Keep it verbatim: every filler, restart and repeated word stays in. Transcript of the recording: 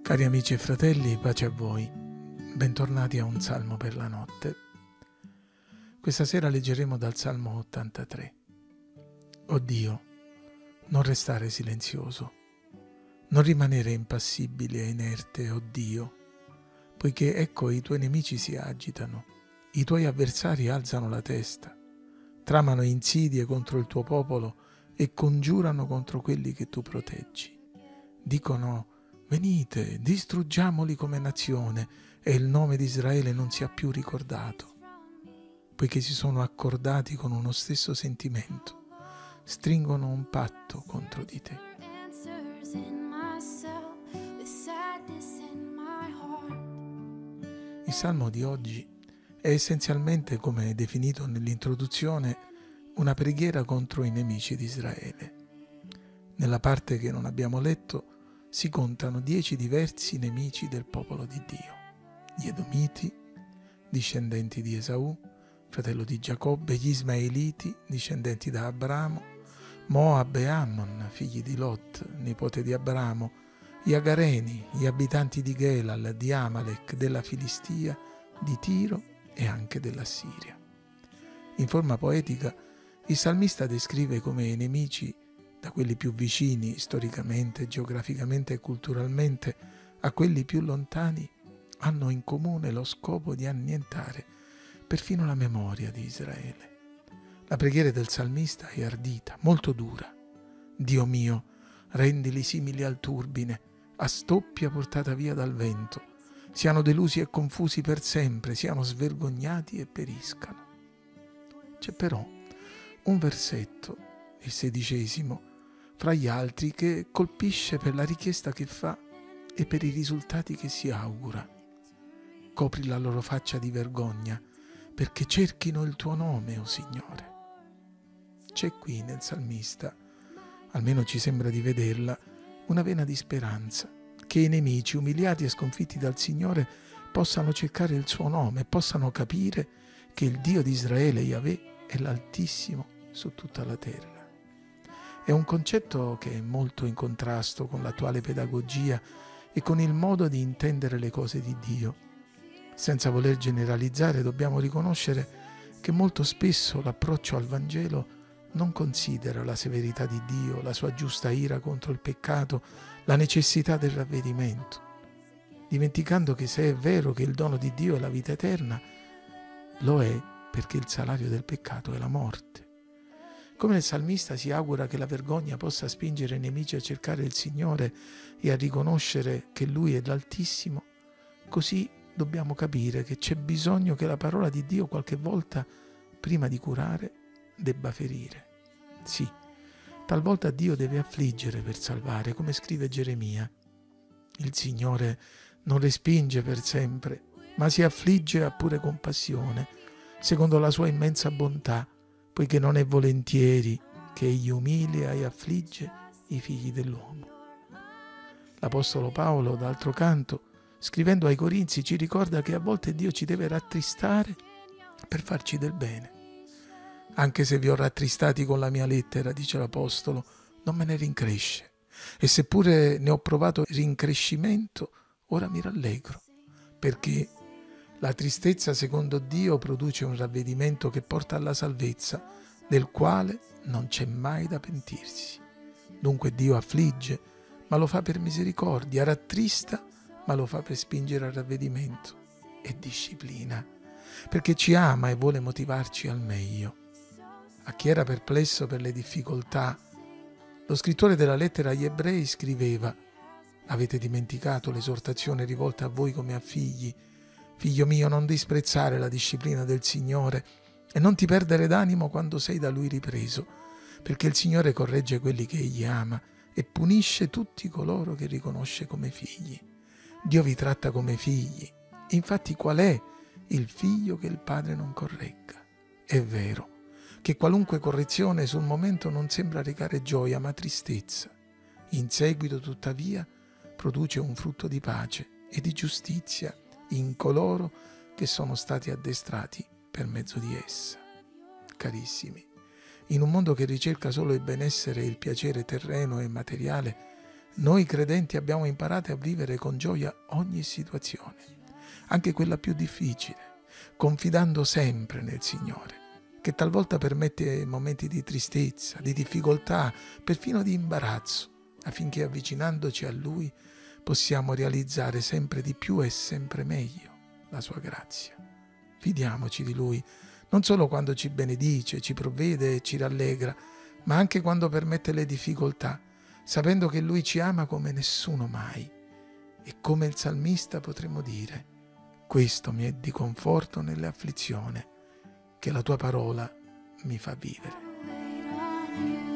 Cari amici e fratelli, pace a voi. Bentornati a un Salmo per la notte. Questa sera leggeremo dal Salmo ottantatré. O Dio, non restare silenzioso, non rimanere impassibile e inerte, o Dio, poiché ecco i tuoi nemici si agitano, i tuoi avversari alzano la testa, tramano insidie contro il tuo popolo e congiurano contro quelli che tu proteggi. Dicono: venite, distruggiamoli come nazione e il nome di Israele non sia più ricordato, poiché si sono accordati con uno stesso sentimento, stringono un patto contro di te. Il Salmo di oggi è essenzialmente, come definito nell'introduzione, una preghiera contro i nemici di Israele. Nella parte che non abbiamo letto si contano dieci diversi nemici del popolo di Dio: gli Edomiti, discendenti di Esaù, fratello di Giacobbe, gli Ismaeliti, discendenti da Abramo, Moab e Ammon, figli di Lot, nipote di Abramo, gli Agareni, gli abitanti di Gelal, di Amalek, della Filistia, di Tiro e anche della Siria. In forma poetica, il salmista descrive come i nemici, da quelli più vicini storicamente, geograficamente e culturalmente, a quelli più lontani, hanno in comune lo scopo di annientare perfino la memoria di Israele. La preghiera del salmista è ardita, molto dura. Dio mio, rendili simili al turbine, a stoppia portata via dal vento, siano delusi e confusi per sempre, siano svergognati e periscano. C'è però un versetto, il sedicesimo, fra gli altri, che colpisce per la richiesta che fa e per i risultati che si augura. Copri la loro faccia di vergogna, perché cerchino il tuo nome, o Signore. C'è qui nel salmista, almeno ci sembra di vederla, una vena di speranza, che i nemici, umiliati e sconfitti dal Signore, possano cercare il suo nome e possano capire che il Dio di Israele, Yahweh, è l'Altissimo su tutta la terra. È un concetto che è molto in contrasto con l'attuale pedagogia e con il modo di intendere le cose di Dio. Senza voler generalizzare, dobbiamo riconoscere che molto spesso l'approccio al Vangelo non considera la severità di Dio, la sua giusta ira contro il peccato, la necessità del ravvedimento, dimenticando che se è vero che il dono di Dio è la vita eterna, lo è perché il salario del peccato è la morte. Come il salmista si augura che la vergogna possa spingere i nemici a cercare il Signore e a riconoscere che Lui è l'Altissimo, così dobbiamo capire che c'è bisogno che la parola di Dio qualche volta, prima di curare, debba ferire. Sì, talvolta Dio deve affliggere per salvare, come scrive Geremia. Il Signore non respinge per sempre, ma si affligge a pure compassione, secondo la sua immensa bontà, poiché non è volentieri che egli umilia e affligge i figli dell'uomo. L'Apostolo Paolo, d'altro canto, scrivendo ai Corinzi, ci ricorda che a volte Dio ci deve rattristare per farci del bene. Anche se vi ho rattristati con la mia lettera, dice l'Apostolo, non me ne rincresce. E seppure ne ho provato rincrescimento, ora mi rallegro, perché la tristezza secondo Dio produce un ravvedimento che porta alla salvezza, del quale non c'è mai da pentirsi. Dunque Dio affligge, ma lo fa per misericordia, rattrista, ma lo fa per spingere al ravvedimento, e disciplina, perché ci ama e vuole motivarci al meglio. A chi era perplesso per le difficoltà, lo scrittore della lettera agli Ebrei scriveva: avete dimenticato l'esortazione rivolta a voi come a figli. Figlio mio, non disprezzare la disciplina del Signore e non ti perdere d'animo quando sei da Lui ripreso, perché il Signore corregge quelli che Egli ama e punisce tutti coloro che riconosce come figli. Dio vi tratta come figli. Infatti qual è il figlio che il padre non corregga? È vero che qualunque correzione sul momento non sembra recare gioia ma tristezza. In seguito, tuttavia, produce un frutto di pace e di giustizia in coloro che sono stati addestrati per mezzo di essa. Carissimi, in un mondo che ricerca solo il benessere e il piacere terreno e materiale, Noi credenti abbiamo imparato a vivere con gioia ogni situazione, anche quella più difficile, confidando sempre nel Signore, che talvolta permette momenti di tristezza, di difficoltà, perfino di imbarazzo, affinché avvicinandoci a Lui possiamo realizzare sempre di più e sempre meglio la Sua grazia. Fidiamoci di Lui, non solo quando ci benedice, ci provvede e ci rallegra, ma anche quando permette le difficoltà, sapendo che Lui ci ama come nessuno mai. E come il salmista potremmo dire: questo mi è di conforto nell'afflizione, che la tua parola mi fa vivere.